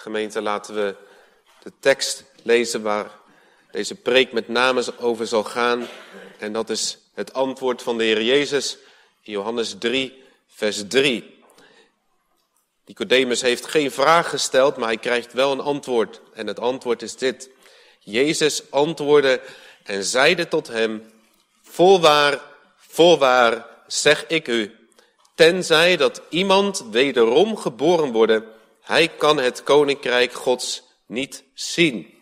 Gemeente, laten we de tekst lezen waar deze preek met name over zal gaan. En dat is het antwoord van de Heer Jezus in Johannes 3, vers 3. Nicodemus heeft geen vraag gesteld, maar hij krijgt wel een antwoord. En het antwoord is dit. Jezus antwoordde en zeide tot hem: Voorwaar, voorwaar, zeg ik u, tenzij dat iemand wederom geboren worden, hij kan het koninkrijk Gods niet zien.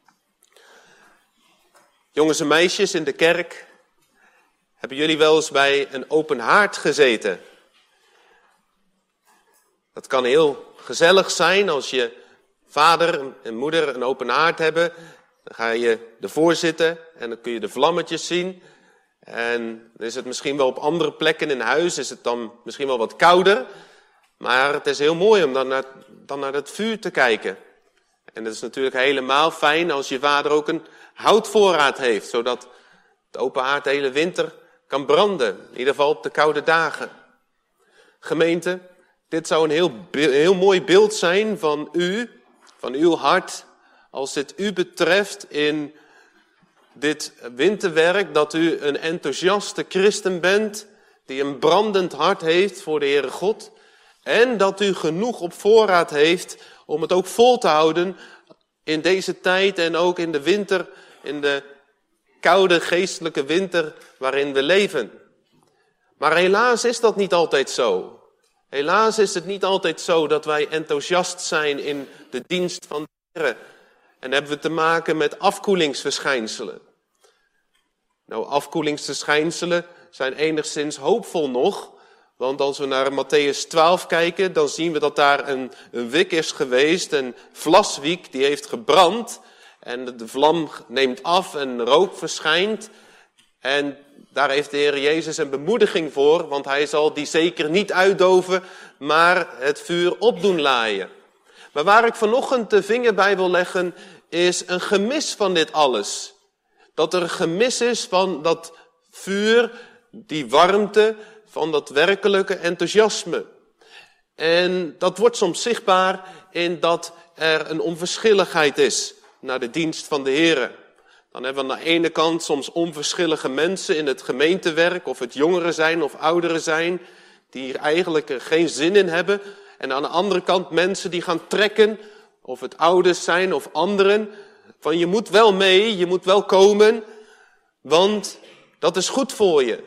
Jongens en meisjes in de kerk, hebben jullie wel eens bij een open haard gezeten? Dat kan heel gezellig zijn als je vader en moeder een open haard hebben. Dan ga je ervoor zitten en dan kun je de vlammetjes zien. En dan is het misschien wel op andere plekken in huis, is het dan misschien wel wat kouder. Maar het is heel mooi om dan naar het vuur te kijken. En het is natuurlijk helemaal fijn als je vader ook een houtvoorraad heeft, zodat de open haard de hele winter kan branden. In ieder geval op de koude dagen. Gemeente, dit zou een heel mooi beeld zijn van u, van uw hart, als dit u betreft in dit winterwerk, dat u een enthousiaste christen bent, die een brandend hart heeft voor de Heere God, en dat u genoeg op voorraad heeft om het ook vol te houden in deze tijd en ook in de winter, in de koude geestelijke winter waarin we leven. Maar helaas is dat niet altijd zo. Helaas is het niet altijd zo dat wij enthousiast zijn in de dienst van de Heere. En hebben we te maken met afkoelingsverschijnselen. Nou, afkoelingsverschijnselen zijn enigszins hoopvol nog. Want als we naar Mattheüs 12 kijken, dan zien we dat daar een wik is geweest, een vlaswiek, die heeft gebrand. En de vlam neemt af en rook verschijnt. En daar heeft de Heer Jezus een bemoediging voor, want hij zal die zeker niet uitdoven, maar het vuur opdoen laaien. Maar waar ik vanochtend de vinger bij wil leggen, is een gemis van dit alles. Dat er een gemis is van dat vuur, die warmte, van dat werkelijke enthousiasme. En dat wordt soms zichtbaar in dat er een onverschilligheid is naar de dienst van de Heere. Dan hebben we aan de ene kant soms onverschillige mensen in het gemeentewerk, of het jongeren zijn of ouderen zijn, die hier eigenlijk er geen zin in hebben. En aan de andere kant mensen die gaan trekken, of het ouders zijn of anderen, van je moet wel mee, je moet wel komen, want dat is goed voor je.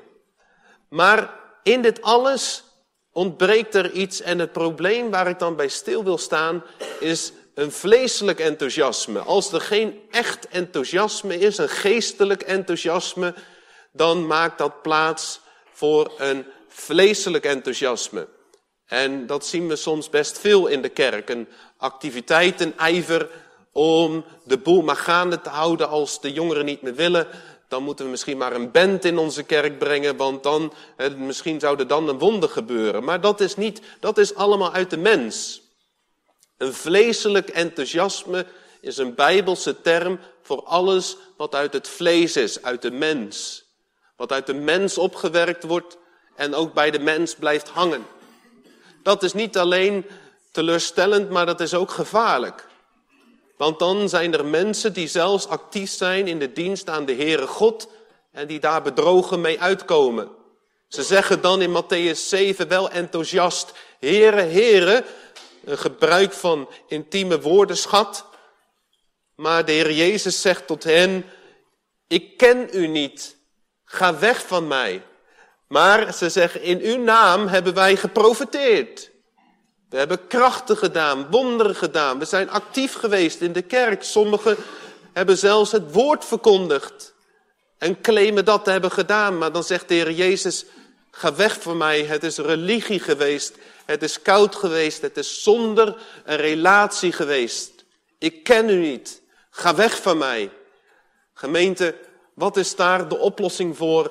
Maar in dit alles ontbreekt er iets en het probleem waar ik dan bij stil wil staan is een vleeselijk enthousiasme. Als er geen echt enthousiasme is, een geestelijk enthousiasme, dan maakt dat plaats voor een vleeselijk enthousiasme. En dat zien we soms best veel in de kerk. Een activiteit, een ijver om de boel maar gaande te houden als de jongeren niet meer willen. Dan moeten we misschien maar een band in onze kerk brengen, want dan, misschien zou er dan een wonder gebeuren. Maar dat is allemaal uit de mens. Een vleeselijk enthousiasme is een Bijbelse term voor alles wat uit het vlees is, uit de mens. Wat uit de mens opgewerkt wordt en ook bij de mens blijft hangen. Dat is niet alleen teleurstellend, maar dat is ook gevaarlijk. Want dan zijn er mensen die zelfs actief zijn in de dienst aan de Heere God en die daar bedrogen mee uitkomen. Ze zeggen dan in Mattheüs 7 wel enthousiast: Heere, Heere, een gebruik van intieme woordenschat. Maar de Heer Jezus zegt tot hen: ik ken u niet, ga weg van mij. Maar ze zeggen: in uw naam hebben wij geprofeteerd. We hebben krachten gedaan, wonderen gedaan. We zijn actief geweest in de kerk. Sommigen hebben zelfs het woord verkondigd. En claimen dat te hebben gedaan. Maar dan zegt de Heer Jezus: ga weg van mij. Het is religie geweest. Het is koud geweest. Het is zonder een relatie geweest. Ik ken u niet. Ga weg van mij. Gemeente, wat is daar de oplossing voor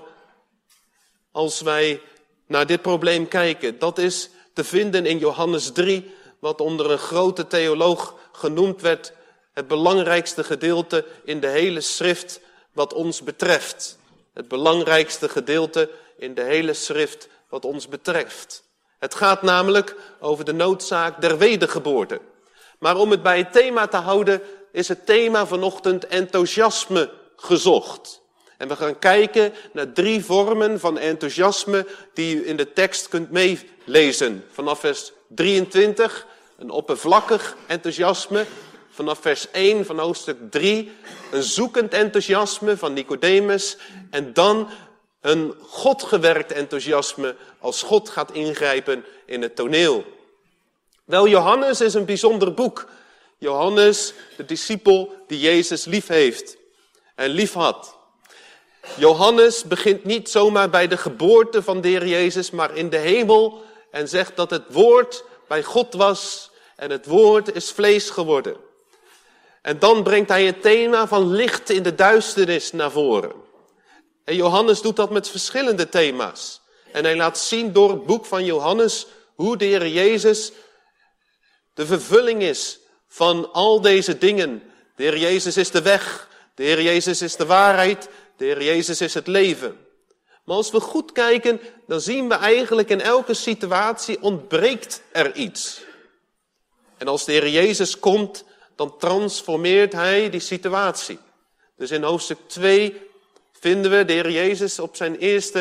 als wij naar dit probleem kijken? Dat is te vinden in Johannes 3, wat onder een grote theoloog genoemd werd, het belangrijkste gedeelte in de hele schrift wat ons betreft. Het belangrijkste gedeelte in de hele schrift wat ons betreft. Het gaat namelijk over de noodzaak der wedergeboorte. Maar om het bij het thema te houden, is het thema vanochtend enthousiasme gezocht. En we gaan kijken naar 3 vormen van enthousiasme die u in de tekst kunt meelezen. Vanaf vers 23, een oppervlakkig enthousiasme. Vanaf vers 1 van hoofdstuk 3, een zoekend enthousiasme van Nicodemus. En dan een Godgewerkt enthousiasme als God gaat ingrijpen in het toneel. Wel, Johannes is een bijzonder boek. Johannes, de discipel die Jezus lief heeft en lief had. Johannes begint niet zomaar bij de geboorte van de Heer Jezus, maar in de hemel en zegt dat het woord bij God was en het woord is vlees geworden. En dan brengt hij het thema van licht in de duisternis naar voren. En Johannes doet dat met verschillende thema's. En hij laat zien door het boek van Johannes hoe de Heer Jezus de vervulling is van al deze dingen. De Heer Jezus is de weg, de Heer Jezus is de waarheid, de Heer Jezus is het leven. Maar als we goed kijken, dan zien we eigenlijk in elke situatie ontbreekt er iets. En als de Heer Jezus komt, dan transformeert hij die situatie. Dus in hoofdstuk 2 vinden we de Heer Jezus op zijn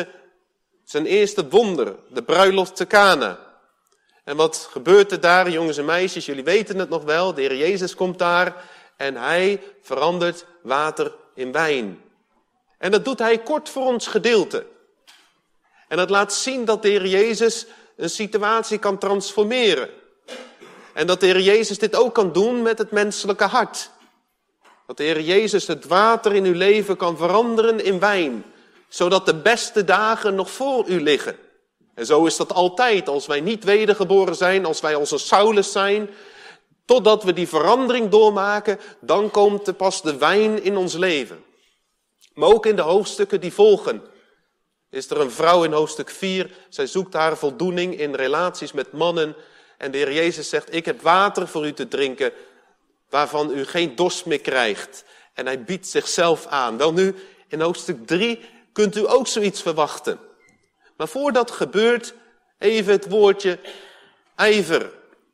eerste wonder, de bruiloft te Kana. En wat gebeurt er daar, jongens en meisjes? Jullie weten het nog wel, de Heer Jezus komt daar en hij verandert water in wijn. En dat doet hij kort voor ons gedeelte. En dat laat zien dat de Heer Jezus een situatie kan transformeren. En dat de Heer Jezus dit ook kan doen met het menselijke hart. Dat de Heer Jezus het water in uw leven kan veranderen in wijn. Zodat de beste dagen nog voor u liggen. En zo is dat altijd als wij niet wedergeboren zijn, als wij als een Saulus zijn. Totdat we die verandering doormaken, dan komt er pas de wijn in ons leven. Maar ook in de hoofdstukken die volgen is er een vrouw in hoofdstuk 4. Zij zoekt haar voldoening in relaties met mannen. En de Heer Jezus zegt, ik heb water voor u te drinken waarvan u geen dorst meer krijgt. En hij biedt zichzelf aan. Wel nu, in hoofdstuk 3 kunt u ook zoiets verwachten. Maar voordat gebeurt, even het woordje ijver.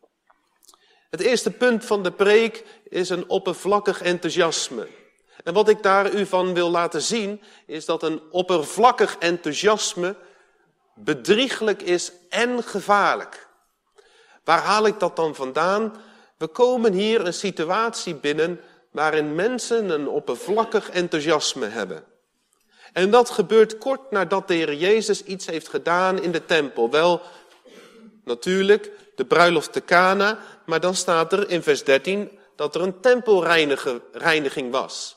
Het eerste punt van de preek is een oppervlakkig enthousiasme. En wat ik daar u van wil laten zien, is dat een oppervlakkig enthousiasme bedrieglijk is en gevaarlijk. Waar haal ik dat dan vandaan? We komen hier een situatie binnen waarin mensen een oppervlakkig enthousiasme hebben. En dat gebeurt kort nadat de Heer Jezus iets heeft gedaan in de tempel. Wel, natuurlijk, de bruiloft te Kana, maar dan staat er in vers 13 dat er een tempelreiniging was.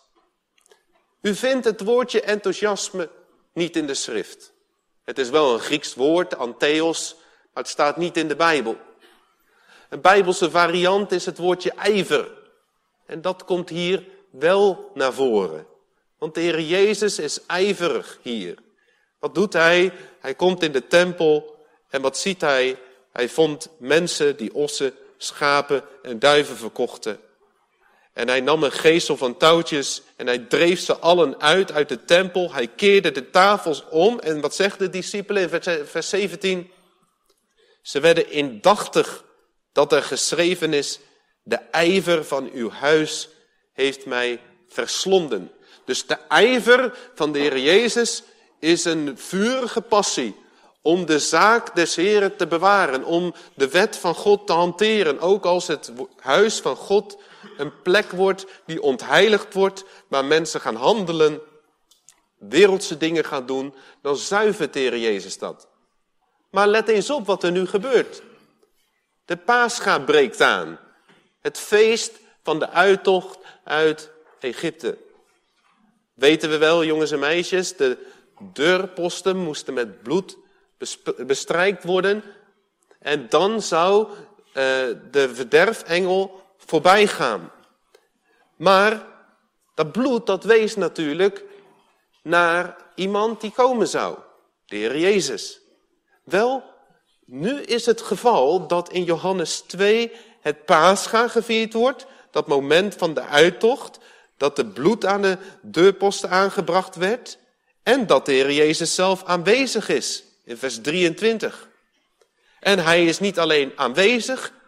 U vindt het woordje enthousiasme niet in de schrift. Het is wel een Grieks woord, antheos, maar het staat niet in de Bijbel. Een Bijbelse variant is het woordje ijver. En dat komt hier wel naar voren. Want de Heer Jezus is ijverig hier. Wat doet hij? Hij komt in de tempel en wat ziet hij? Hij vond mensen die ossen, schapen en duiven verkochten. En hij nam een geesel van touwtjes en hij dreef ze allen uit de tempel. Hij keerde de tafels om en wat zegt de discipelen in vers 17? Ze werden indachtig dat er geschreven is, de ijver van uw huis heeft mij verslonden. Dus de ijver van de Heer Jezus is een vurige passie om de zaak des Heren te bewaren, om de wet van God te hanteren. Ook als het huis van God een plek wordt die ontheiligd wordt, waar mensen gaan handelen, wereldse dingen gaan doen, dan zuivert de Heer Jezus dat. Maar let eens op wat er nu gebeurt. De Pascha breekt aan. Het feest van de uittocht uit Egypte. Weten we wel, jongens en meisjes, de deurposten moesten met bloed bestrijkt worden. En dan zou de verderfengel voorbij gaan. Maar dat bloed, dat wees natuurlijk naar iemand die komen zou. De Heer Jezus. Wel, nu is het geval dat in Johannes 2 het Pascha gevierd wordt. Dat moment van de uittocht. Dat de bloed aan de deurposten aangebracht werd. En dat de Heer Jezus zelf aanwezig is. In vers 23. En hij is niet alleen aanwezig.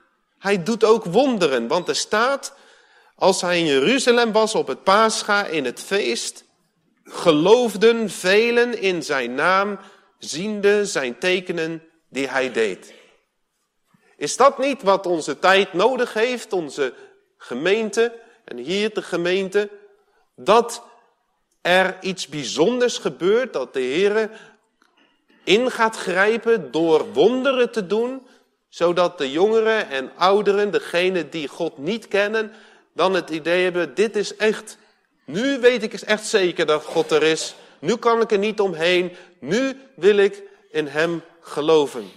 hij doet ook wonderen. Want er staat, als hij in Jeruzalem was op het Pascha in het feest, geloofden velen in zijn naam, ziende zijn tekenen die hij deed. Is dat niet wat onze tijd nodig heeft, onze gemeente en hier de gemeente? Dat er iets bijzonders gebeurt, dat de Heer in gaat grijpen door wonderen te doen, zodat de jongeren en ouderen, degenen die God niet kennen, dan het idee hebben, dit is echt, nu weet ik echt zeker dat God er is. Nu kan ik er niet omheen. Nu wil ik in hem geloven.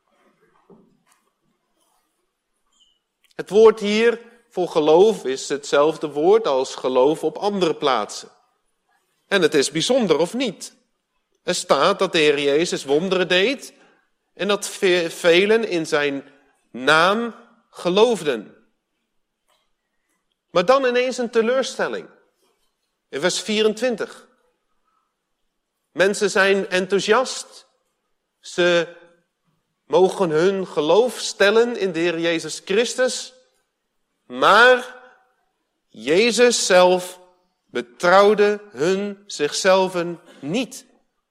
Het woord hier voor geloof is hetzelfde woord als geloof op andere plaatsen. En het is bijzonder of niet. Er staat dat de Heer Jezus wonderen deed en dat velen in zijn naam geloofden. Maar dan ineens een teleurstelling. In vers 24. Mensen zijn enthousiast. Ze mogen hun geloof stellen in de Heer Jezus Christus. Maar Jezus zelf betrouwde hun zichzelf niet.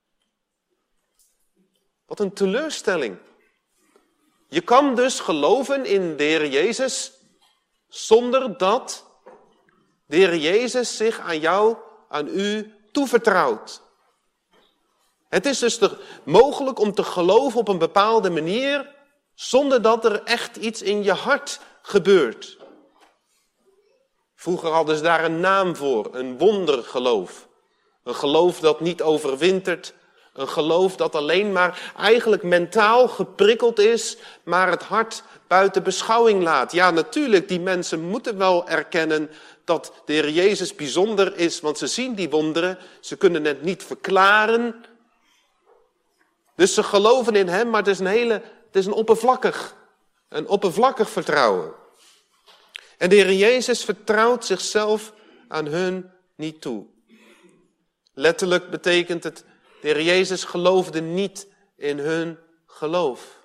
Wat een teleurstelling. Je kan dus geloven in de Heer Jezus zonder dat de Heer Jezus zich aan u toevertrouwt. Het is dus mogelijk om te geloven op een bepaalde manier zonder dat er echt iets in je hart gebeurt. Vroeger hadden ze daar een naam voor, een wondergeloof. Een geloof dat niet overwintert. Een geloof dat alleen maar eigenlijk mentaal geprikkeld is, maar het hart buiten beschouwing laat. Ja, natuurlijk, die mensen moeten wel erkennen dat de Heer Jezus bijzonder is, want ze zien die wonderen, ze kunnen het niet verklaren. Dus ze geloven in hem, maar het is een oppervlakkig vertrouwen. En de Heer Jezus vertrouwt zichzelf aan hun niet toe. Letterlijk betekent het, de Heer Jezus geloofde niet in hun geloof.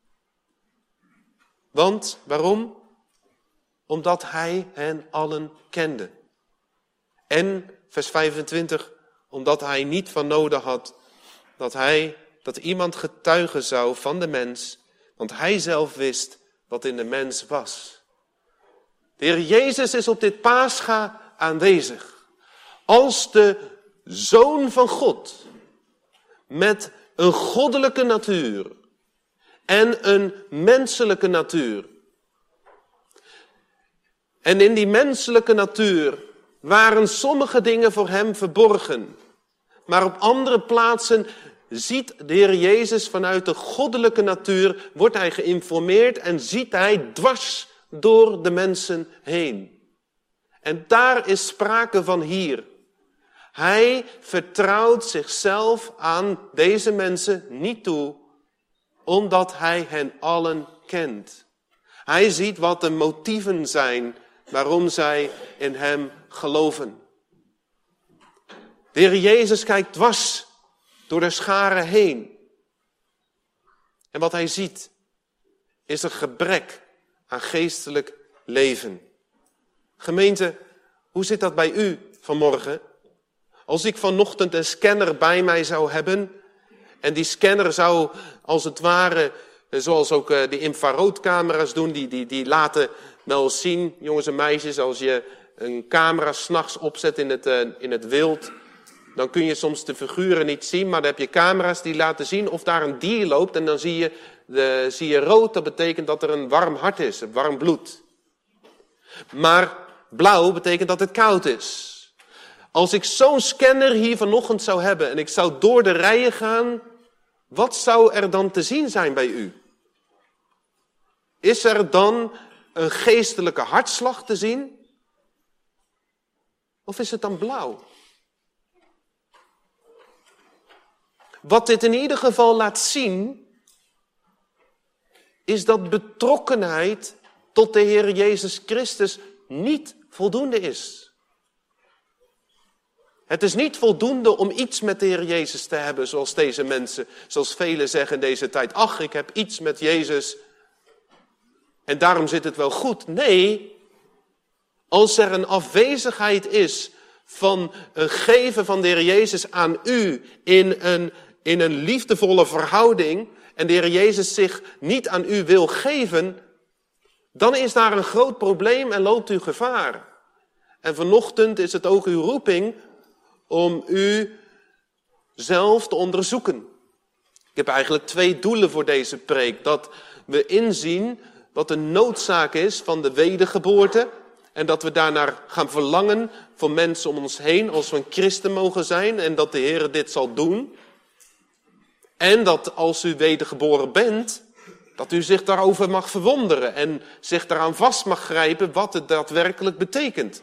Want, waarom? Omdat hij hen allen kende. En, vers 25, omdat hij niet van nodig had dat iemand getuigen zou van de mens, want hij zelf wist wat in de mens was. De Heer Jezus is op dit Pascha aanwezig. Als de Zoon van God. Met een goddelijke natuur. En een menselijke natuur. En in die menselijke natuur waren sommige dingen voor hem verborgen. Maar op andere plaatsen ziet de Heer Jezus vanuit de goddelijke natuur, wordt hij geïnformeerd en ziet hij dwars door de mensen heen. En daar is sprake van hier. Hij vertrouwt zichzelf aan deze mensen niet toe, omdat hij hen allen kent. Hij ziet wat de motieven zijn waarom zij in hem geloven. De Heer Jezus kijkt dwars door de scharen heen. En wat hij ziet is een gebrek aan geestelijk leven. Gemeente, hoe zit dat bij u vanmorgen? Als ik vanochtend een scanner bij mij zou hebben en die scanner zou als het ware, zoals ook die infraroodcamera's doen, die laten wel zien, jongens en meisjes, als je een camera 's nachts opzet in het wild, dan kun je soms de figuren niet zien, maar dan heb je camera's die laten zien of daar een dier loopt en dan zie je rood, dat betekent dat er een warm hart is, een warm bloed. Maar blauw betekent dat het koud is. Als ik zo'n scanner hier vanochtend zou hebben en ik zou door de rijen gaan, wat zou er dan te zien zijn bij u? Is er dan een geestelijke hartslag te zien? Of is het dan blauw? Wat dit in ieder geval laat zien, is dat betrokkenheid tot de Heer Jezus Christus niet voldoende is. Het is niet voldoende om iets met de Heer Jezus te hebben, zoals deze mensen, zoals velen zeggen in deze tijd. Ach, ik heb iets met Jezus. en daarom zit het wel goed. Nee, als er een afwezigheid is van een geven van de Heer Jezus aan u in een liefdevolle verhouding en de Heer Jezus zich niet aan u wil geven, dan is daar een groot probleem en loopt u gevaar. En vanochtend is het ook uw roeping om u zelf te onderzoeken. Ik heb eigenlijk 2 doelen voor deze preek. Dat we inzien wat de noodzaak is van de wedergeboorte. En dat we daarnaar gaan verlangen voor mensen om ons heen als we een christen mogen zijn. En dat de Heer dit zal doen. En dat als u wedergeboren bent, dat u zich daarover mag verwonderen. En zich daaraan vast mag grijpen wat het daadwerkelijk betekent.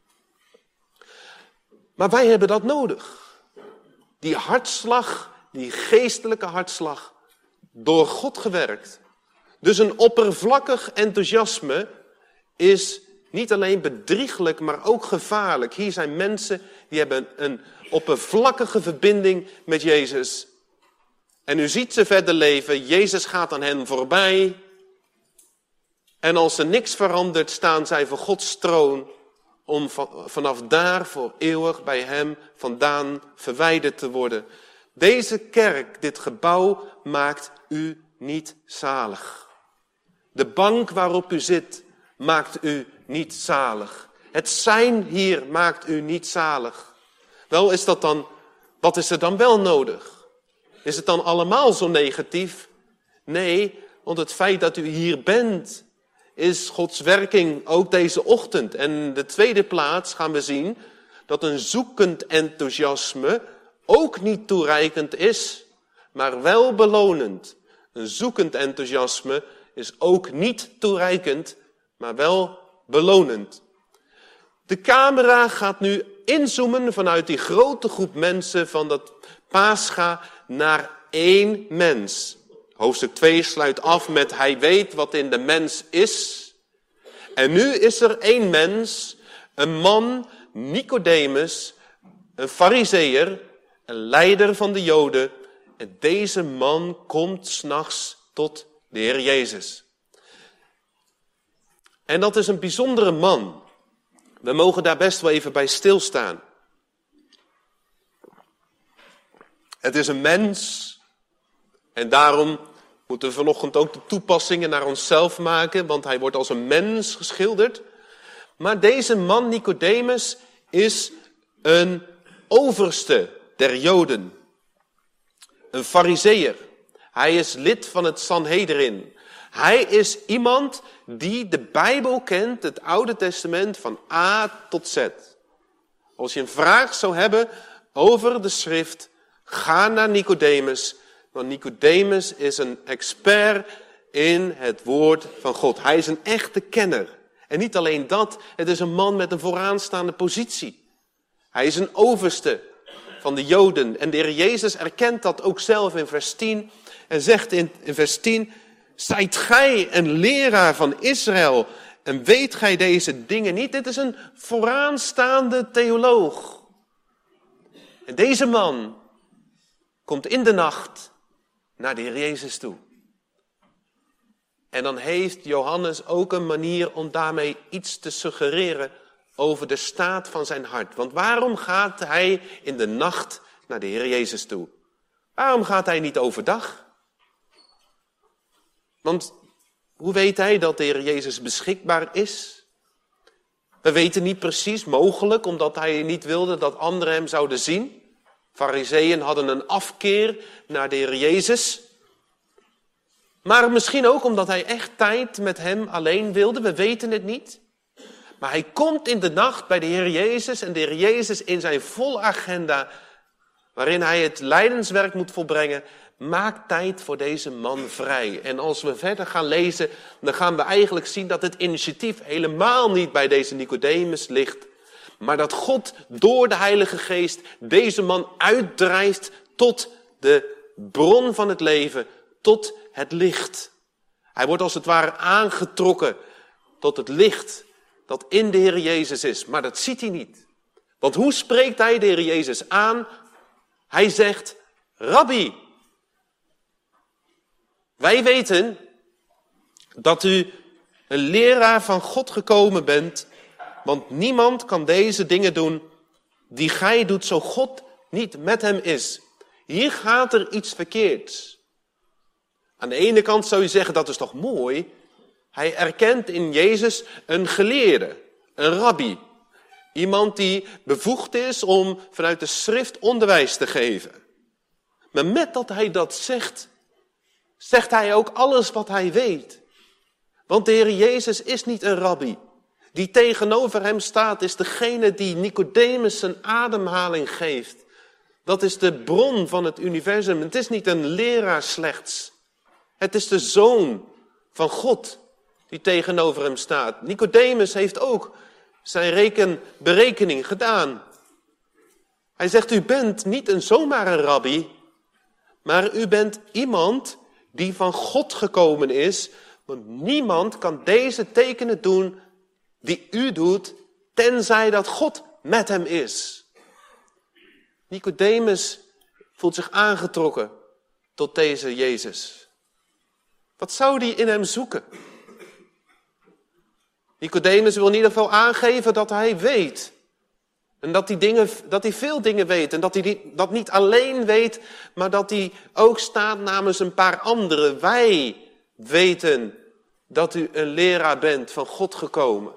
Maar wij hebben dat nodig. Die hartslag, die geestelijke hartslag, door God gewerkt. Dus een oppervlakkig enthousiasme is niet alleen bedrieglijk, maar ook gevaarlijk. Hier zijn mensen die hebben een oppervlakkige verbinding met Jezus. En u ziet ze verder leven, Jezus gaat aan hen voorbij. En als er niks verandert, staan zij voor Gods troon om vanaf daar voor eeuwig bij hem vandaan verwijderd te worden. Deze kerk, dit gebouw, maakt u niet zalig. De bank waarop u zit, maakt u niet zalig. Het zijn hier maakt u niet zalig. Wel, wat is er dan wel nodig? Is het dan allemaal zo negatief? Nee, want het feit dat u hier bent, is Gods werking ook deze ochtend. En in de tweede plaats gaan we zien dat een zoekend enthousiasme ook niet toereikend is, maar wel belonend. Een zoekend enthousiasme is ook niet toereikend, maar wel belonend. De camera gaat nu inzoomen vanuit die grote groep mensen van dat Pascha naar 1 mens. Hoofdstuk 2 sluit af met hij weet wat in de mens is. En nu is er 1 mens, een man, Nicodemus, een Farizeeër, een leider van de Joden. En deze man komt 's nachts tot de Heer Jezus. En dat is een bijzondere man. We mogen daar best wel even bij stilstaan. Het is een mens. En daarom moeten we vanochtend ook de toepassingen naar onszelf maken. Want hij wordt als een mens geschilderd. Maar deze man, Nicodemus, is een overste der Joden. Een Farizeeër. Hij is lid van het Sanhedrin. Hij is iemand die de Bijbel kent, het Oude Testament, van A tot Z. Als je een vraag zou hebben over de schrift, ga naar Nicodemus. Want Nicodemus is een expert in het woord van God. Hij is een echte kenner. En niet alleen dat, het is een man met een vooraanstaande positie. Hij is een overste van de Joden. En de Heer Jezus erkent dat ook zelf in vers 10. En zegt in vers 10, zijt gij een leraar van Israël en weet gij deze dingen niet? Dit is een vooraanstaande theoloog. En deze man komt in de nacht naar de Heer Jezus toe. En dan heeft Johannes ook een manier om daarmee iets te suggereren over de staat van zijn hart. Want waarom gaat hij in de nacht naar de Heer Jezus toe? Waarom gaat hij niet overdag? Want hoe weet hij dat de Heer Jezus beschikbaar is? We weten niet precies, mogelijk omdat hij niet wilde dat anderen hem zouden zien. Farizeeën hadden een afkeer naar de Heer Jezus. Maar misschien ook omdat hij echt tijd met hem alleen wilde, we weten het niet. Maar hij komt in de nacht bij de Heer Jezus en de Heer Jezus in zijn volle agenda, waarin hij het lijdenswerk moet volbrengen, maakt tijd voor deze man vrij. En als we verder gaan lezen, dan gaan we eigenlijk zien dat het initiatief helemaal niet bij deze Nicodemus ligt. Maar dat God door de Heilige Geest deze man uitdrijft tot de bron van het leven, tot het licht. Hij wordt als het ware aangetrokken tot het licht dat in de Heer Jezus is. Maar dat ziet hij niet. Want hoe spreekt hij de Heer Jezus aan? Hij zegt, Rabbi. Wij weten dat u een leraar van God gekomen bent, want niemand kan deze dingen doen die gij doet, zo God niet met hem is. Hier gaat er iets verkeerds. Aan de ene kant zou je zeggen, dat is toch mooi? Hij erkent in Jezus een geleerde, een rabbi. Iemand die bevoegd is om vanuit de schrift onderwijs te geven. Maar met dat hij dat zegt, zegt hij ook alles wat hij weet. Want de Heer Jezus is niet een rabbi. Die tegenover hem staat is degene die Nicodemus zijn ademhaling geeft. Dat is de bron van het universum. Het is niet een leraar slechts. Het is de Zoon van God die tegenover hem staat. Nicodemus heeft ook zijn berekening gedaan. Hij zegt, u bent niet zomaar een rabbi, maar u bent iemand die van God gekomen is. Want niemand kan deze tekenen doen die u doet, tenzij dat God met hem is. Nicodemus voelt zich aangetrokken tot deze Jezus. Wat zou die in hem zoeken? Nicodemus wil in ieder geval aangeven dat hij weet. En dat hij veel dingen weet. En dat hij dat niet alleen weet, maar dat hij ook staat namens een paar anderen. Wij weten dat u een leraar bent van God gekomen.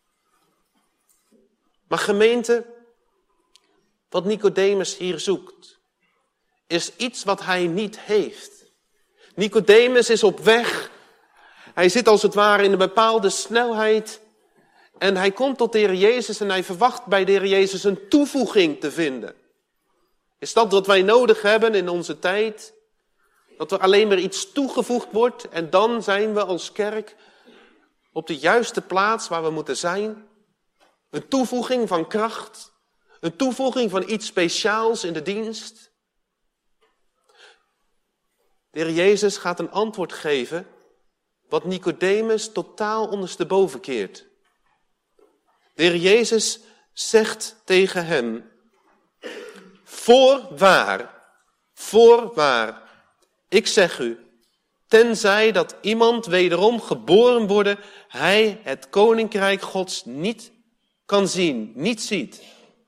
Maar gemeente, wat Nicodemus hier zoekt, is iets wat hij niet heeft. Nicodemus is op weg. Hij zit als het ware in een bepaalde snelheid. En hij komt tot de Heer Jezus en hij verwacht bij de Heer Jezus een toevoeging te vinden. Is dat wat wij nodig hebben in onze tijd? Dat er alleen maar iets toegevoegd wordt en dan zijn we als kerk op de juiste plaats waar we moeten zijn? Een toevoeging van kracht? Een toevoeging van iets speciaals in de dienst? De Heer Jezus gaat een antwoord geven wat Nicodemus totaal ondersteboven keert. De Heer Jezus zegt tegen hem, voorwaar, ik zeg u, tenzij dat iemand wederom geboren worden, hij het koninkrijk Gods niet kan zien, niet ziet.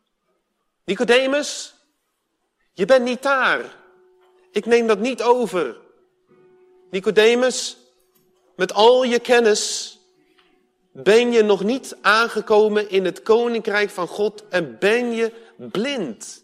Nicodemus, je bent niet daar. Ik neem dat niet over. Nicodemus, met al je kennis ben je nog niet aangekomen in het koninkrijk van God en ben je blind.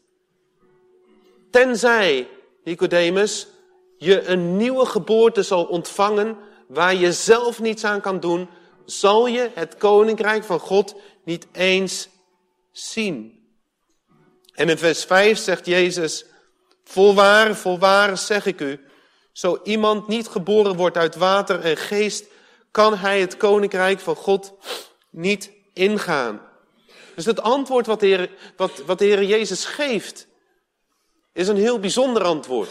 Tenzij, Nicodemus, je een nieuwe geboorte zal ontvangen waar je zelf niets aan kan doen, zal je het koninkrijk van God niet eens zien. En in vers 5 zegt Jezus, voorwaar zeg ik u, zo iemand niet geboren wordt uit water en geest, kan hij het koninkrijk van God niet ingaan. Dus het antwoord wat de Heer Jezus geeft, is een heel bijzonder antwoord.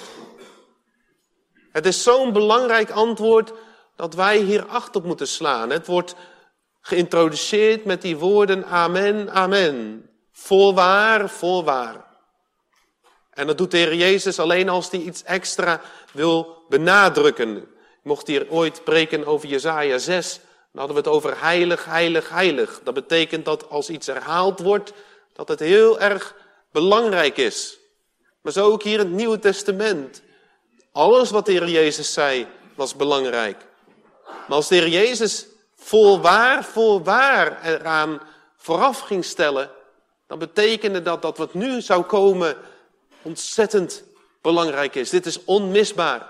Het is zo'n belangrijk antwoord dat wij hier acht op moeten slaan. Het wordt geïntroduceerd met die woorden amen, amen. Voorwaar. En dat doet de Heer Jezus alleen als hij iets extra wil benadrukken. Ik mocht hier ooit preken over Jesaja 6. Dan hadden we het over heilig, heilig, heilig. Dat betekent dat als iets herhaald wordt, dat het heel erg belangrijk is. Maar zo ook hier in het Nieuwe Testament. Alles wat de Heer Jezus zei, was belangrijk. Maar als de Heer Jezus voorwaar eraan vooraf ging stellen, dan betekende dat wat nu zou komen ontzettend belangrijk is. Dit is onmisbaar.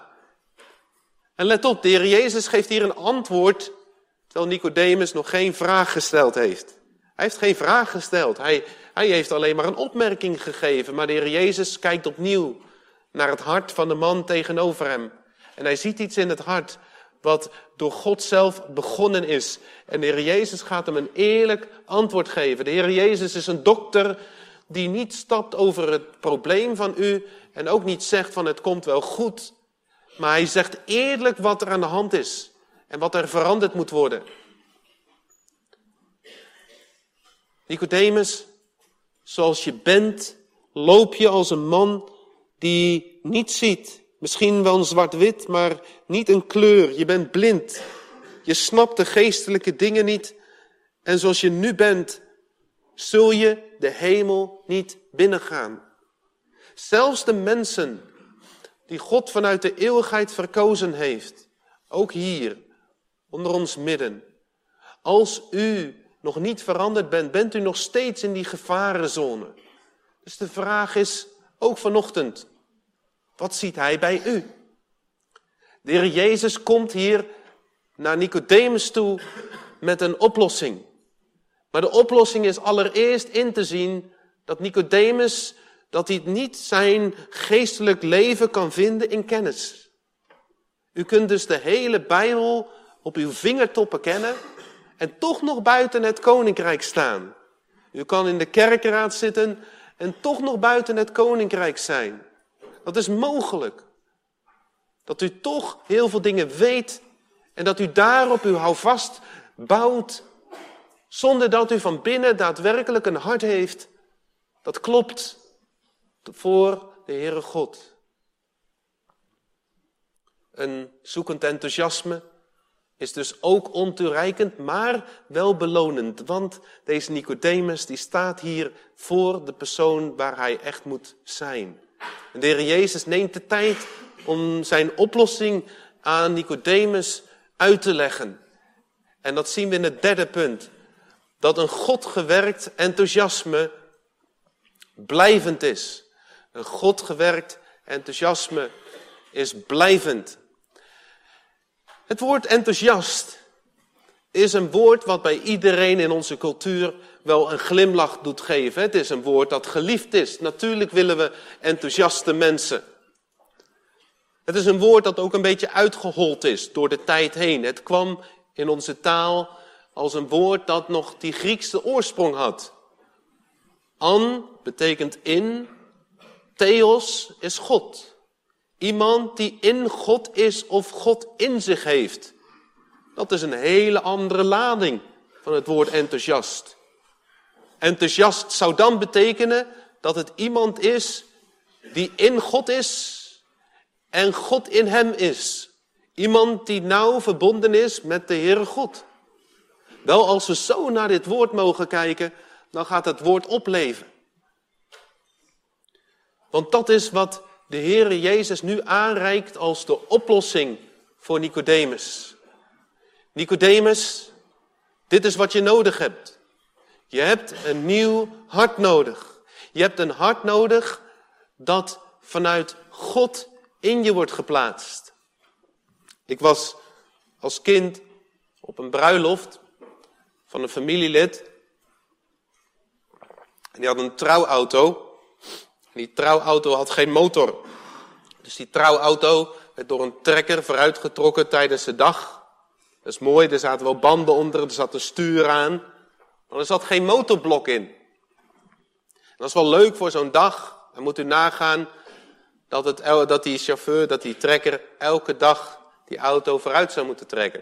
En let op, de Heer Jezus geeft hier een antwoord, terwijl Nicodemus nog geen vraag gesteld heeft. Hij heeft geen vraag gesteld. Hij heeft alleen maar een opmerking gegeven. Maar de Heer Jezus kijkt opnieuw naar het hart van de man tegenover hem. En hij ziet iets in het hart wat door God zelf begonnen is. En de Heer Jezus gaat hem een eerlijk antwoord geven. De Heer Jezus is een dokter die niet stapt over het probleem van u en ook niet zegt van het komt wel goed. Maar hij zegt eerlijk wat er aan de hand is en wat er veranderd moet worden. Nicodemus, zoals je bent, loop je als een man die niet ziet. Misschien wel een zwart-wit, maar niet een kleur. Je bent blind. je snapt de geestelijke dingen niet. En zoals je nu bent, zul je de hemel niet binnengaan. Zelfs de mensen die God vanuit de eeuwigheid verkozen heeft, ook hier, onder ons midden. Als u nog niet veranderd bent, bent u nog steeds in die gevarenzone. Dus de vraag is, ook vanochtend, wat ziet hij bij u? De Heer Jezus komt hier naar Nicodemus toe met een oplossing. Maar de oplossing is allereerst in te zien dat Nicodemus, dat hij niet zijn geestelijk leven kan vinden in kennis. U kunt dus de hele Bijbel op uw vingertoppen kennen en toch nog buiten het koninkrijk staan. U kan in de kerkraad zitten en toch nog buiten het koninkrijk zijn. Dat is mogelijk. Dat u toch heel veel dingen weet en dat u daarop uw houvast bouwt, zonder dat u van binnen daadwerkelijk een hart heeft dat klopt voor de Heere God. Een zoekend enthousiasme is dus ook ontoereikend, maar wel belonend. Want deze Nicodemus die staat hier voor de persoon waar hij echt moet zijn. En de Heer Jezus neemt de tijd om zijn oplossing aan Nicodemus uit te leggen. En dat zien we in het derde punt. Dat een God gewerkt enthousiasme blijvend is. Een God gewerkt enthousiasme is blijvend. Het woord enthousiast is een woord wat bij iedereen in onze cultuur wel een glimlach doet geven. Het is een woord dat geliefd is. Natuurlijk willen we enthousiaste mensen. Het is een woord dat ook een beetje uitgehold is door de tijd heen. Het kwam in onze taal als een woord dat nog die Griekse oorsprong had. An betekent in, theos is God. Iemand die in God is of God in zich heeft. Dat is een hele andere lading van het woord enthousiast. Enthousiast zou dan betekenen dat het iemand is die in God is en God in hem is. Iemand die nauw verbonden is met de Heere God. Wel, als we zo naar dit woord mogen kijken, dan gaat het woord opleven. Want dat is wat de Heere Jezus nu aanreikt als de oplossing voor Nicodemus. Nicodemus, dit is wat je nodig hebt. Je hebt een nieuw hart nodig. Je hebt een hart nodig dat vanuit God in je wordt geplaatst. Ik was als kind op een bruiloft van een familielid. En die had een trouwauto. En die trouwauto had geen motor. Dus die trouwauto werd door een trekker vooruitgetrokken tijdens de dag. Dat is mooi, er zaten wel banden onder, er zat een stuur aan. Maar er zat geen motorblok in. En dat is wel leuk voor zo'n dag. Dan moet u nagaan dat die chauffeur, dat die trekker elke dag die auto vooruit zou moeten trekken.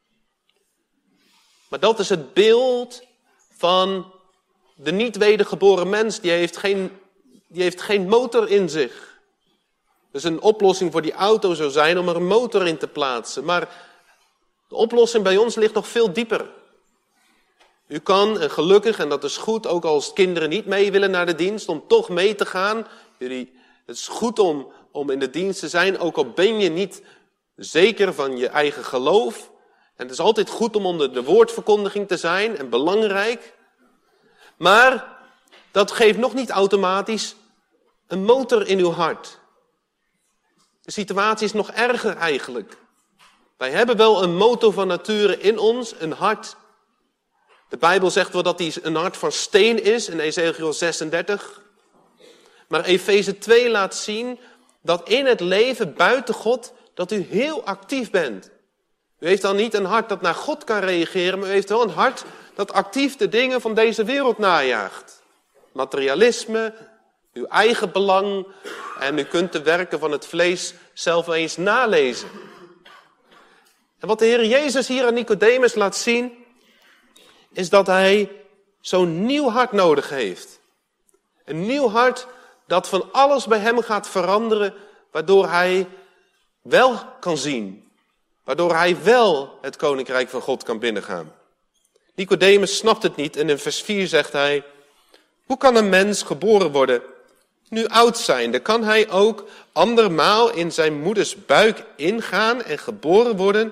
Maar dat is het beeld van de niet wedergeboren mens. Die heeft geen motor in zich. Dus een oplossing voor die auto zou zijn om er een motor in te plaatsen. Maar de oplossing bij ons ligt nog veel dieper. U kan, en gelukkig, en dat is goed, ook als kinderen niet mee willen naar de dienst, om toch mee te gaan. Het is goed om in de dienst te zijn, ook al ben je niet zeker van je eigen geloof. En het is altijd goed om onder de woordverkondiging te zijn en belangrijk. Maar dat geeft nog niet automatisch een motor in uw hart. De situatie is nog erger eigenlijk. Wij hebben wel een motor van nature in ons, een hart. De Bijbel zegt wel dat die een hart van steen is in Ezekiel 36. Maar Efeze 2 laat zien dat in het leven buiten God, dat u heel actief bent. U heeft dan niet een hart dat naar God kan reageren, maar u heeft wel een hart dat actief de dingen van deze wereld najaagt. Materialisme, uw eigen belang en u kunt de werken van het vlees zelf eens nalezen. En wat de Heer Jezus hier aan Nicodemus laat zien, is dat hij zo'n nieuw hart nodig heeft. Een nieuw hart dat van alles bij hem gaat veranderen, waardoor hij wel kan zien. waardoor hij wel het koninkrijk van God kan binnengaan. Nicodemus snapt het niet en in vers 4 zegt hij: hoe kan een mens geboren worden, nu oud zijnde? Kan hij ook andermaal in zijn moeders buik ingaan en geboren worden?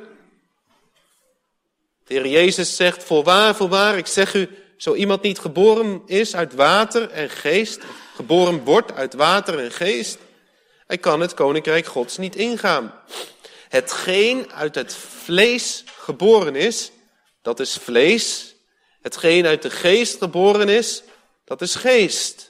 De Heer Jezus zegt: voorwaar, ik zeg u, zo iemand niet geboren is uit water en geest, geboren wordt uit water en geest, hij kan het koninkrijk Gods niet ingaan. Hetgeen uit het vlees geboren is, dat is vlees. Hetgeen uit de geest geboren is, dat is geest.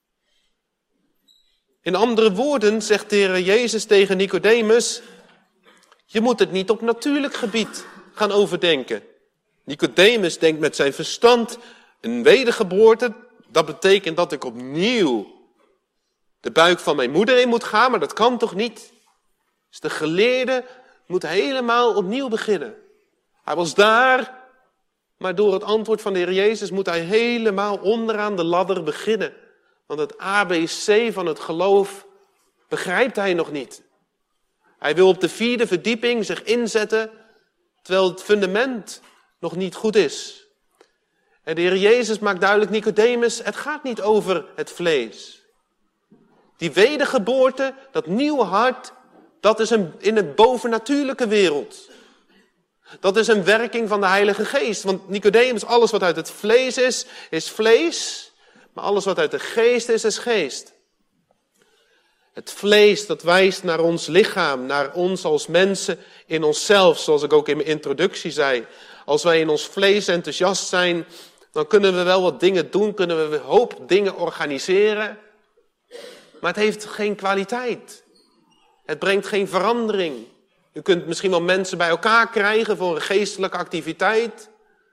In andere woorden zegt de Heer Jezus tegen Nicodemus: je moet het niet op natuurlijk gebied gaan overdenken. Nicodemus denkt met zijn verstand: een wedergeboorte, dat betekent dat ik opnieuw de buik van mijn moeder in moet gaan, maar dat kan toch niet? Dus de geleerde moet helemaal opnieuw beginnen. Hij was daar, maar door het antwoord van de Heer Jezus moet hij helemaal onderaan de ladder beginnen. Want het ABC van het geloof begrijpt hij nog niet. Hij wil op de 4e verdieping zich inzetten, terwijl het fundament nog niet goed is. En de Heer Jezus maakt duidelijk: Nicodemus, het gaat niet over het vlees. Die wedergeboorte, dat nieuwe hart, dat is in een bovennatuurlijke wereld. Dat is een werking van de Heilige Geest. Want Nicodemus, alles wat uit het vlees is vlees. Maar alles wat uit de geest is geest. Het vlees, dat wijst naar ons lichaam, naar ons als mensen in onszelf. Zoals ik ook in mijn introductie zei. Als wij in ons vlees enthousiast zijn, dan kunnen we wel wat dingen doen. Kunnen we een hoop dingen organiseren. Maar het heeft geen kwaliteit. Het brengt geen verandering. U kunt misschien wel mensen bij elkaar krijgen voor een geestelijke activiteit.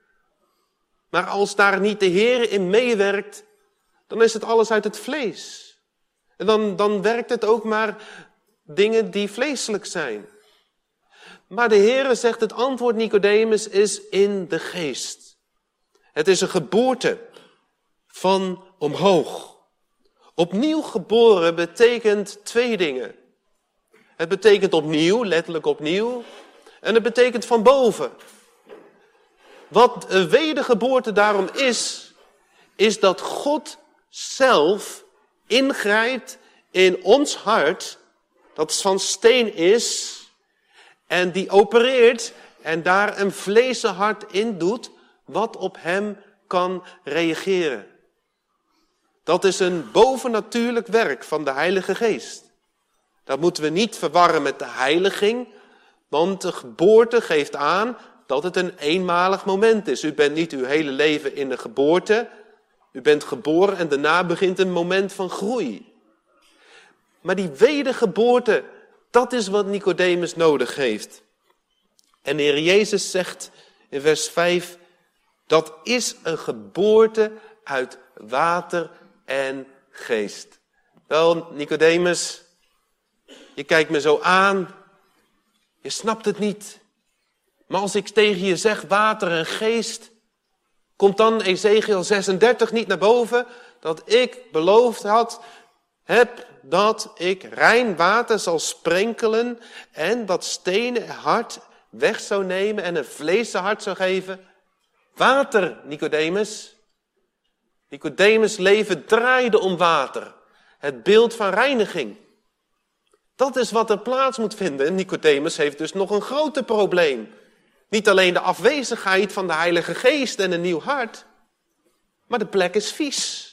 Maar als daar niet de Heer in meewerkt, dan is het alles uit het vlees. En dan werkt het ook maar dingen die vleeselijk zijn. Maar de Heer zegt: het antwoord, Nicodemus, is in de geest. Het is een geboorte van omhoog. Opnieuw geboren betekent 2 dingen. Het betekent opnieuw, letterlijk opnieuw. En het betekent van boven. Wat een wedergeboorte daarom is dat God zelf ingrijpt in ons hart, dat van steen is, en die opereert en daar een vleesen hart in doet, wat op hem kan reageren. Dat is een bovennatuurlijk werk van de Heilige Geest. Dat moeten we niet verwarren met de heiliging, want de geboorte geeft aan dat het een eenmalig moment is. U bent niet uw hele leven in de geboorte. U bent geboren en daarna begint een moment van groei. Maar die wedergeboorte, dat is wat Nicodemus nodig heeft. En de Heer Jezus zegt in vers 5, dat is een geboorte uit water en geest. Wel, Nicodemus, je kijkt me zo aan, je snapt het niet. Maar als ik tegen je zeg water en geest, komt dan Ezekiel 36 niet naar boven? Dat ik beloofd heb dat ik rein water zal sprenkelen en dat stenen hart weg zou nemen en een vleesen hart zou geven. Water, Nicodemus. Nicodemus' leven draaide om water. Het beeld van reiniging. Dat is wat er plaats moet vinden. En Nicodemus heeft dus nog een groter probleem. Niet alleen de afwezigheid van de Heilige Geest en een nieuw hart, maar de plek is vies.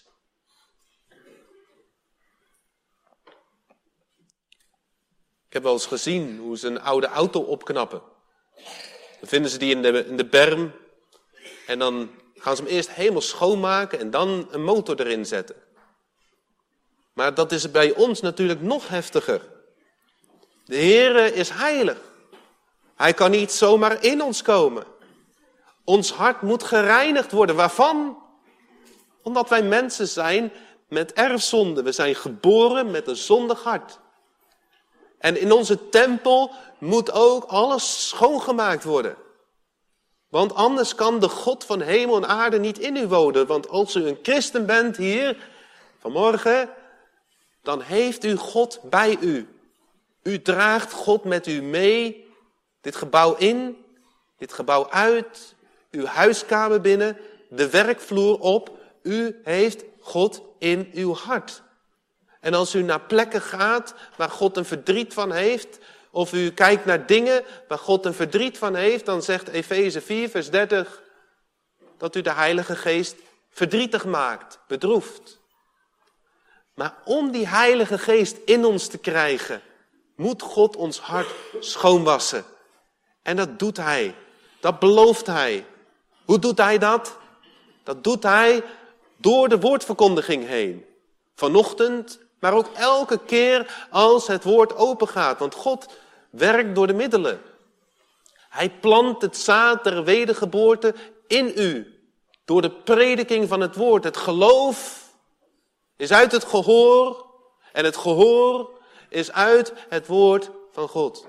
Ik heb wel eens gezien hoe ze een oude auto opknappen. Dan vinden ze die in de berm en dan gaan ze hem eerst helemaal schoonmaken en dan een motor erin zetten. Maar dat is bij ons natuurlijk nog heftiger. De Heere is heilig. Hij kan niet zomaar in ons komen. Ons hart moet gereinigd worden. Waarvan? Omdat wij mensen zijn met erfzonde. We zijn geboren met een zondig hart. En in onze tempel moet ook alles schoongemaakt worden. Want anders kan de God van hemel en aarde niet in u wonen. Want als u een christen bent hier vanmorgen, dan heeft u God bij u. U draagt God met u mee dit gebouw in, dit gebouw uit, uw huiskamer binnen, de werkvloer op. U heeft God in uw hart. En als u naar plekken gaat waar God een verdriet van heeft, of u kijkt naar dingen waar God een verdriet van heeft, dan zegt Efeze 4 vers 30 dat u de Heilige Geest verdrietig maakt, bedroeft. Maar om die Heilige Geest in ons te krijgen, moet God ons hart schoonwassen. En dat doet Hij. Dat belooft Hij. Hoe doet Hij dat? Dat doet Hij door de woordverkondiging heen. Vanochtend, maar ook elke keer als het woord open gaat. Want God werkt door de middelen. Hij plant het zaad der wedergeboorte in u. Door de prediking van het woord. Het geloof is uit het gehoor. En het gehoor is uit het woord van God.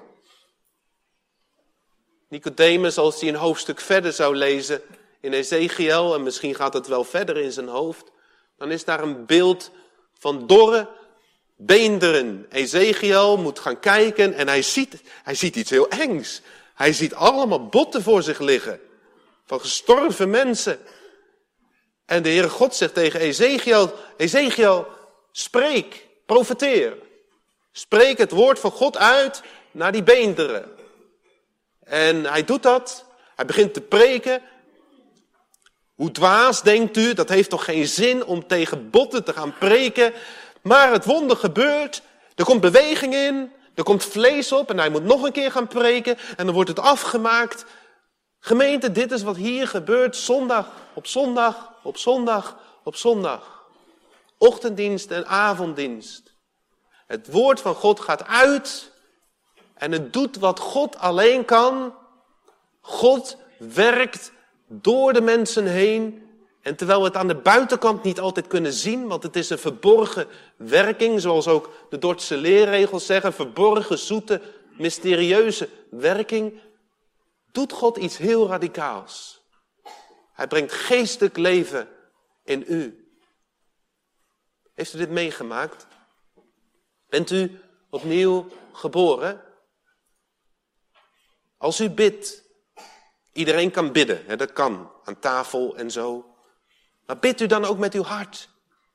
Nicodemus, als hij een hoofdstuk verder zou lezen in Ezekiel, en misschien gaat het wel verder in zijn hoofd, dan is daar een beeld van dorre beenderen. Ezekiel moet gaan kijken en hij ziet iets heel engs. Hij ziet allemaal botten voor zich liggen van gestorven mensen. En de Heere God zegt tegen Ezekiel, spreek, profeteer. Spreek het woord van God uit naar die beenderen. En hij doet dat. Hij begint te preken. Hoe dwaas, denkt u, dat heeft toch geen zin om tegen botten te gaan preken. Maar het wonder gebeurt. Er komt beweging in. Er komt vlees op en hij moet nog een keer gaan preken. En dan wordt het afgemaakt. Gemeente, dit is wat hier gebeurt. Zondag op zondag op zondag op zondag. Ochtenddienst en avonddienst. Het woord van God gaat uit. En het doet wat God alleen kan. God werkt door de mensen heen. En terwijl we het aan de buitenkant niet altijd kunnen zien, want het is een verborgen werking, zoals ook de Dordtse leerregels zeggen, verborgen, zoete, mysterieuze werking, doet God iets heel radicaals. Hij brengt geestelijk leven in u. Heeft u dit meegemaakt? Bent u opnieuw geboren? Als u bidt, iedereen kan bidden, hè, dat kan, aan tafel en zo. Maar bidt u dan ook met uw hart?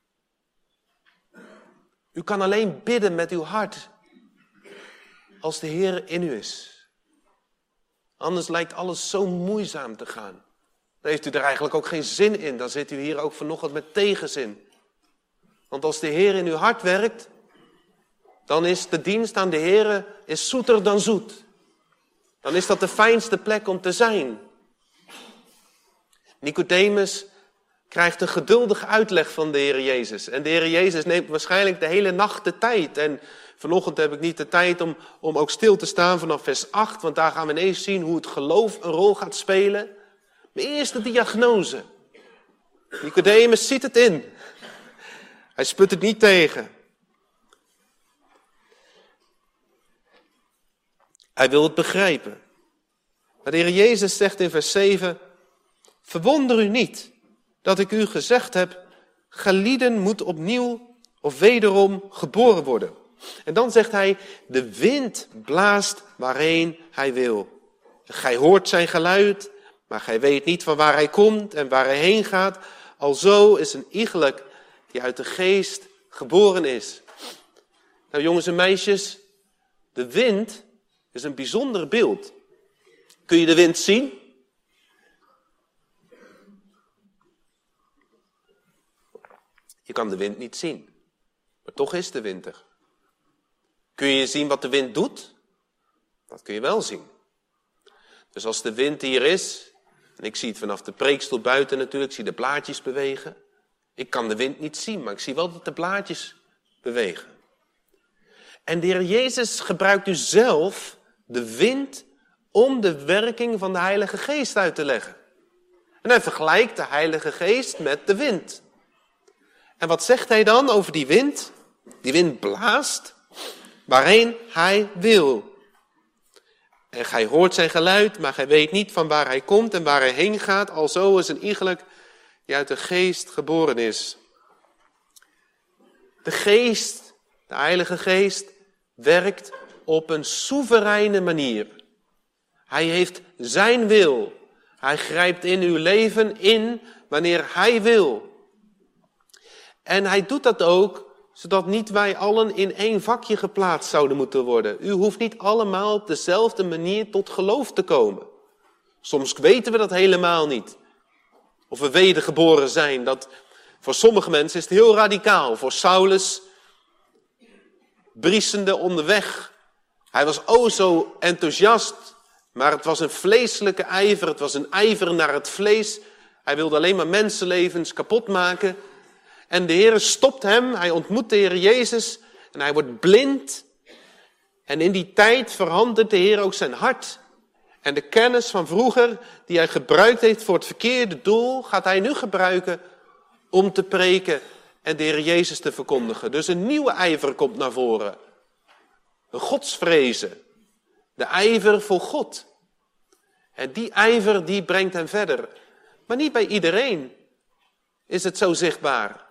U kan alleen bidden met uw hart als de Heer in u is. Anders lijkt alles zo moeizaam te gaan. Dan heeft u er eigenlijk ook geen zin in. Dan zit u hier ook vanochtend met tegenzin. Want als de Heer in uw hart werkt, dan is de dienst aan de Heer is zoeter dan zoet. Dan is dat de fijnste plek om te zijn. Nicodemus krijgt een geduldige uitleg van de Heer Jezus. En de Heer Jezus neemt waarschijnlijk de hele nacht de tijd. En vanochtend heb ik niet de tijd om ook stil te staan vanaf vers 8. Want daar gaan we ineens zien hoe het geloof een rol gaat spelen. Maar eerst de diagnose. Nicodemus ziet het in. Hij sput het niet tegen. Hij wil het begrijpen. Maar de Heer Jezus zegt in vers 7... Verwonder u niet dat ik u gezegd heb, gelieden moet opnieuw of wederom geboren worden. En dan zegt hij, de wind blaast waarheen hij wil. Gij hoort zijn geluid, maar gij weet niet van waar hij komt en waar hij heen gaat. Alzo is een iegelijk die uit de geest geboren is. Nou jongens en meisjes, de wind is een bijzonder beeld. Kun je de wind zien? Je kan de wind niet zien, maar toch is de wind er. Kun je zien wat de wind doet? Dat kun je wel zien. Dus als de wind hier is, en ik zie het vanaf de preekstoel buiten natuurlijk, ik zie de blaadjes bewegen. Ik kan de wind niet zien, maar ik zie wel dat de blaadjes bewegen. En de Heer Jezus gebruikt dus zelf de wind om de werking van de Heilige Geest uit te leggen. En hij vergelijkt de Heilige Geest met de wind. En wat zegt hij dan over die wind? Die wind blaast waarheen hij wil. En gij hoort zijn geluid, maar gij weet niet van waar hij komt en waar hij heen gaat. Alzo is een iegelijk die uit de geest geboren is. De geest, de Heilige Geest, werkt op een soevereine manier. Hij heeft zijn wil. Hij grijpt in uw leven in wanneer hij wil. En hij doet dat ook, zodat niet wij allen in één vakje geplaatst zouden moeten worden. U hoeft niet allemaal op dezelfde manier tot geloof te komen. Soms weten we dat helemaal niet. Of we wedergeboren zijn. Dat, voor sommige mensen is het heel radicaal. Voor Saulus, briesende onderweg. Hij was zo enthousiast. Maar het was een vleeselijke ijver. Het was een ijver naar het vlees. Hij wilde alleen maar mensenlevens kapot maken. En de Heer stopt hem. Hij ontmoet de Heer Jezus. En hij wordt blind. En in die tijd verandert de Heer ook zijn hart. En de kennis van vroeger, die hij gebruikt heeft voor het verkeerde doel, gaat hij nu gebruiken om te preken en de Heer Jezus te verkondigen. Dus een nieuwe ijver komt naar voren. Een godsvrezen. De ijver voor God. En die ijver, die brengt hem verder. Maar niet bij iedereen is het zo zichtbaar.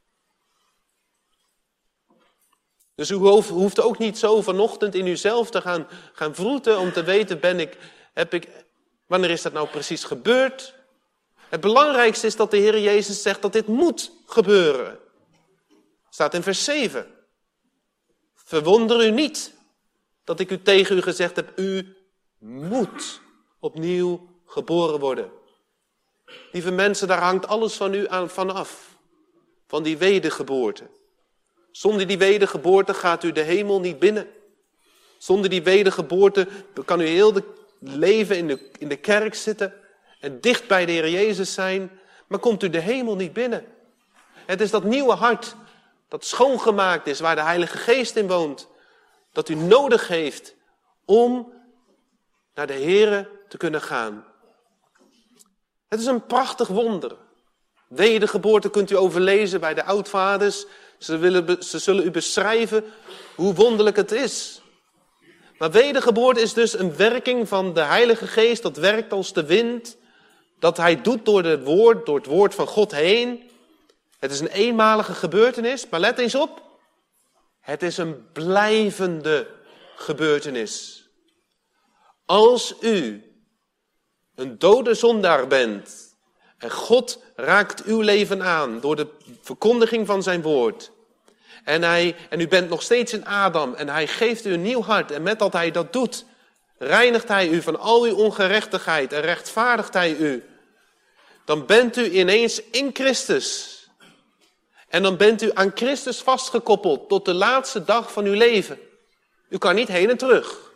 Dus u hoeft ook niet zo vanochtend in uzelf te gaan vroeten om te weten, wanneer is dat nou precies gebeurd? Het belangrijkste is dat de Heer Jezus zegt dat dit moet gebeuren. Staat in vers 7. Verwonder u niet dat ik tegen u gezegd heb, u moet opnieuw geboren worden. Lieve mensen, daar hangt alles van u vanaf. Van die wedergeboorte. Zonder die wedergeboorte gaat u de hemel niet binnen. Zonder die wedergeboorte kan u heel de leven in de kerk zitten en dicht bij de Heer Jezus zijn, maar komt u de hemel niet binnen. Het is dat nieuwe hart dat schoongemaakt is, waar de Heilige Geest in woont, dat u nodig heeft om naar de Heere te kunnen gaan. Het is een prachtig wonder. Wedergeboorte kunt u overlezen bij de oudvaders. Ze zullen u beschrijven hoe wonderlijk het is. Maar wedergeboorte is dus een werking van de Heilige Geest. Dat werkt als de wind. Dat hij doet door het woord van God heen. Het is een eenmalige gebeurtenis. Maar let eens op. Het is een blijvende gebeurtenis. Als u een dode zondaar bent. En God raakt uw leven aan door de verkondiging van zijn woord. En u bent nog steeds in Adam en hij geeft u een nieuw hart. En met dat hij dat doet, reinigt hij u van al uw ongerechtigheid en rechtvaardigt hij u. Dan bent u ineens in Christus. En dan bent u aan Christus vastgekoppeld tot de laatste dag van uw leven. U kan niet heen en terug.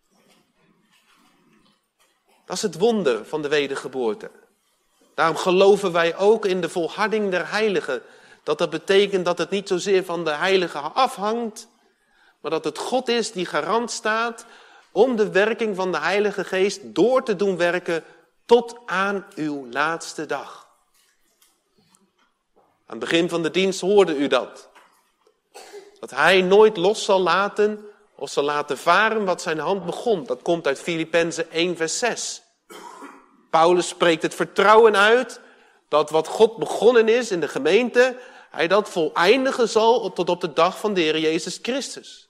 Dat is het wonder van de wedergeboorte. Daarom geloven wij ook in de volharding der heiligen. Dat betekent dat het niet zozeer van de heiligen afhangt, maar dat het God is die garant staat om de werking van de Heilige Geest door te doen werken tot aan uw laatste dag. Aan het begin van de dienst hoorde u dat. Dat hij nooit los zal laten of zal laten varen wat zijn hand begon. Dat komt uit Filippenzen 1 vers 6. Paulus spreekt het vertrouwen uit dat wat God begonnen is in de gemeente, hij dat voleindigen zal tot op de dag van de Heer Jezus Christus.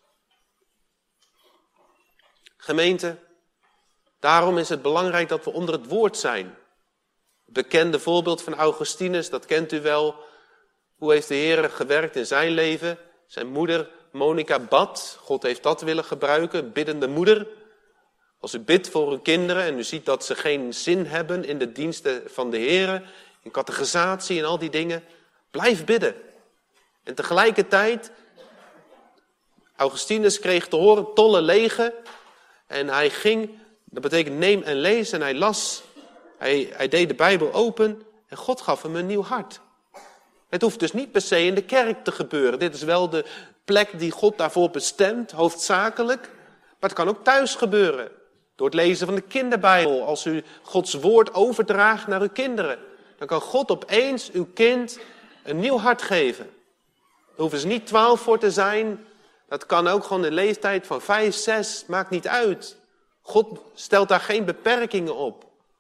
Gemeente, daarom is het belangrijk dat we onder het woord zijn. Het bekende voorbeeld van Augustinus, dat kent u wel. Hoe heeft de Heer gewerkt in zijn leven? Zijn moeder Monica bad. God heeft dat willen gebruiken, biddende moeder. Als u bidt voor uw kinderen en u ziet dat ze geen zin hebben in de diensten van de Heer, in catechisatie en al die dingen, blijf bidden. En tegelijkertijd, Augustinus kreeg te horen, tolle lege. En hij ging, dat betekent neem en lees, en hij las. Hij deed de Bijbel open en God gaf hem een nieuw hart. Het hoeft dus niet per se in de kerk te gebeuren. Dit is wel de plek die God daarvoor bestemt, hoofdzakelijk. Maar het kan ook thuis gebeuren. Door het lezen van de kinderbijbel. Als u Gods woord overdraagt naar uw kinderen. Dan kan God opeens uw kind een nieuw hart geven. Daar hoeven ze niet 12 voor te zijn. Dat kan ook gewoon de leeftijd van 5, 6. Maakt niet uit. God stelt daar geen beperkingen op.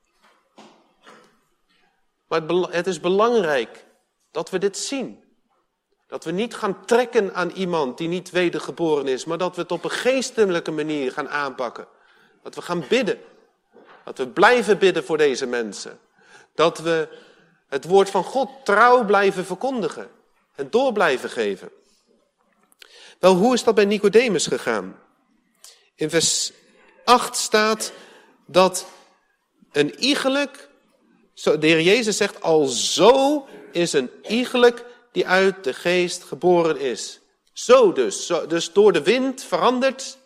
Maar het is belangrijk dat we dit zien. Dat we niet gaan trekken aan iemand die niet wedergeboren is. Maar dat we het op een geestelijke manier gaan aanpakken. Dat we gaan bidden. Dat we blijven bidden voor deze mensen. Dat we het woord van God trouw blijven verkondigen. En door blijven geven. Wel, hoe is dat bij Nicodemus gegaan? In vers 8 staat dat een iegelijk, de Heer Jezus zegt, alzo is een iegelijk die uit de geest geboren is. Zo dus door de wind veranderd.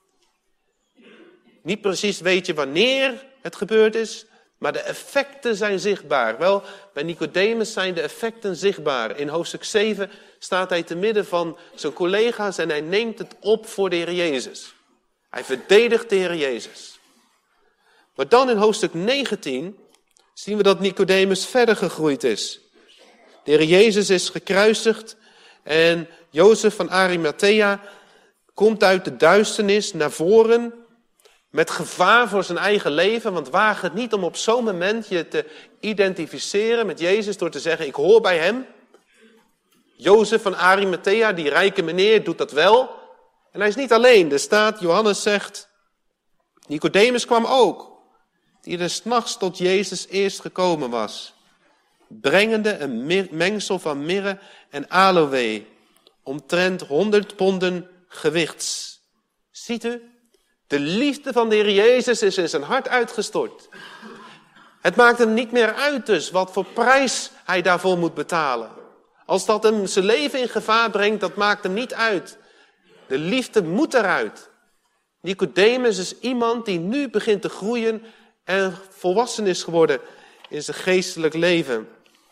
Niet precies weet je wanneer het gebeurd is, maar de effecten zijn zichtbaar. Wel, bij Nicodemus zijn de effecten zichtbaar. In hoofdstuk 7 staat hij te midden van zijn collega's en hij neemt het op voor de Heer Jezus. Hij verdedigt de Heer Jezus. Maar dan in hoofdstuk 19 zien we dat Nicodemus verder gegroeid is. De Heer Jezus is gekruisigd en Jozef van Arimathea komt uit de duisternis naar voren met gevaar voor zijn eigen leven. Want waag het niet om op zo'n moment je te identificeren met Jezus door te zeggen, ik hoor bij hem. Jozef van Arimathea, die rijke meneer, doet dat wel. En hij is niet alleen. Er staat, Johannes zegt, Nicodemus kwam ook, die er 's nachts tot Jezus eerst gekomen was, brengende een mengsel van mirre en aloë, omtrent 100 ponden gewichts. Ziet u? De liefde van de Heer Jezus is in zijn hart uitgestort. Het maakt hem niet meer uit dus wat voor prijs hij daarvoor moet betalen. Als dat hem zijn leven in gevaar brengt, dat maakt hem niet uit. De liefde moet eruit. Nicodemus is iemand die nu begint te groeien en volwassen is geworden in zijn geestelijk leven.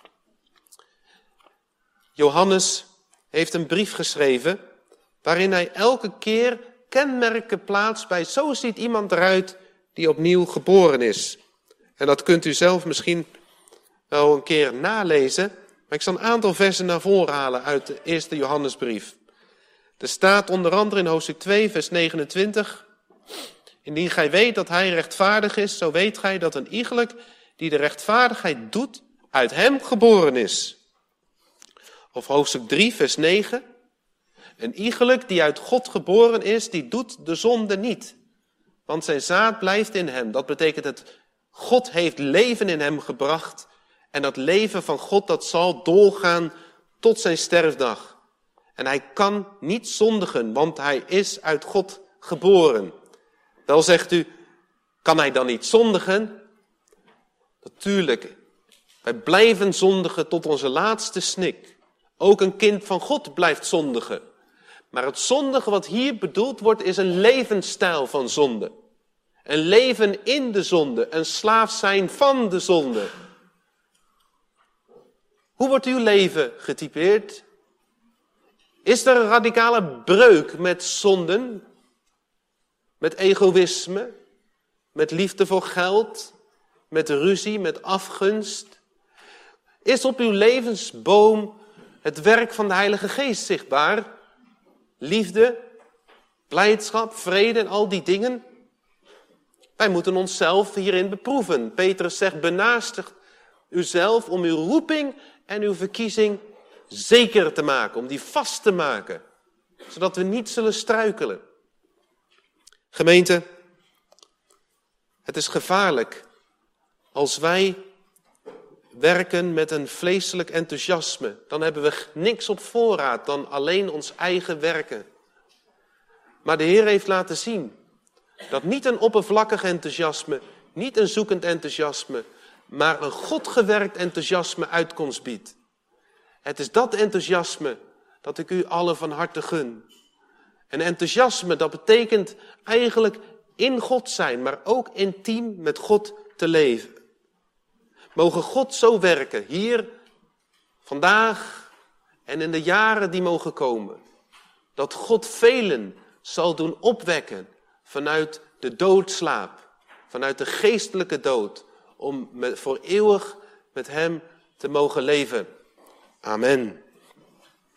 Johannes heeft een brief geschreven waarin hij elke keer kenmerken plaatst bij zo ziet iemand eruit die opnieuw geboren is. En dat kunt u zelf misschien wel een keer nalezen, maar ik zal een aantal versen naar voren halen uit de eerste Johannesbrief. Er staat onder andere in hoofdstuk 2 vers 29, indien gij weet dat hij rechtvaardig is, zo weet gij dat een iegelijk die de rechtvaardigheid doet, uit hem geboren is. Of hoofdstuk 3 vers 9, een iegelijk die uit God geboren is, die doet de zonde niet. Want zijn zaad blijft in hem. Dat betekent dat God heeft leven in hem gebracht. En dat leven van God, dat zal doorgaan tot zijn sterfdag. En hij kan niet zondigen, want hij is uit God geboren. Wel zegt u, kan hij dan niet zondigen? Natuurlijk, wij blijven zondigen tot onze laatste snik. Ook een kind van God blijft zondigen. Maar het zondigen wat hier bedoeld wordt is een levensstijl van zonde. Een leven in de zonde, een slaaf zijn van de zonde. Hoe wordt uw leven getypeerd? Is er een radicale breuk met zonden? Met egoïsme? Met liefde voor geld? Met ruzie? Met afgunst? Is op uw levensboom het werk van de Heilige Geest zichtbaar? Liefde, blijdschap, vrede en al die dingen? Wij moeten onszelf hierin beproeven. Petrus zegt, benaastigt uzelf om uw roeping en uw verkiezing zeker te maken. Om die vast te maken. Zodat we niet zullen struikelen. Gemeente, het is gevaarlijk als wij werken met een vleeselijk enthousiasme. Dan hebben we niks op voorraad dan alleen ons eigen werken. Maar de Heer heeft laten zien dat niet een oppervlakkig enthousiasme, niet een zoekend enthousiasme, maar een Godgewerkt enthousiasme uitkomst biedt. Het is dat enthousiasme dat ik u allen van harte gun. En enthousiasme, dat betekent eigenlijk in God zijn, maar ook intiem met God te leven. Mogen God zo werken, hier, vandaag en in de jaren die mogen komen. Dat God velen zal doen opwekken vanuit de doodslaap, vanuit de geestelijke dood, om voor eeuwig met hem te mogen leven. Amen.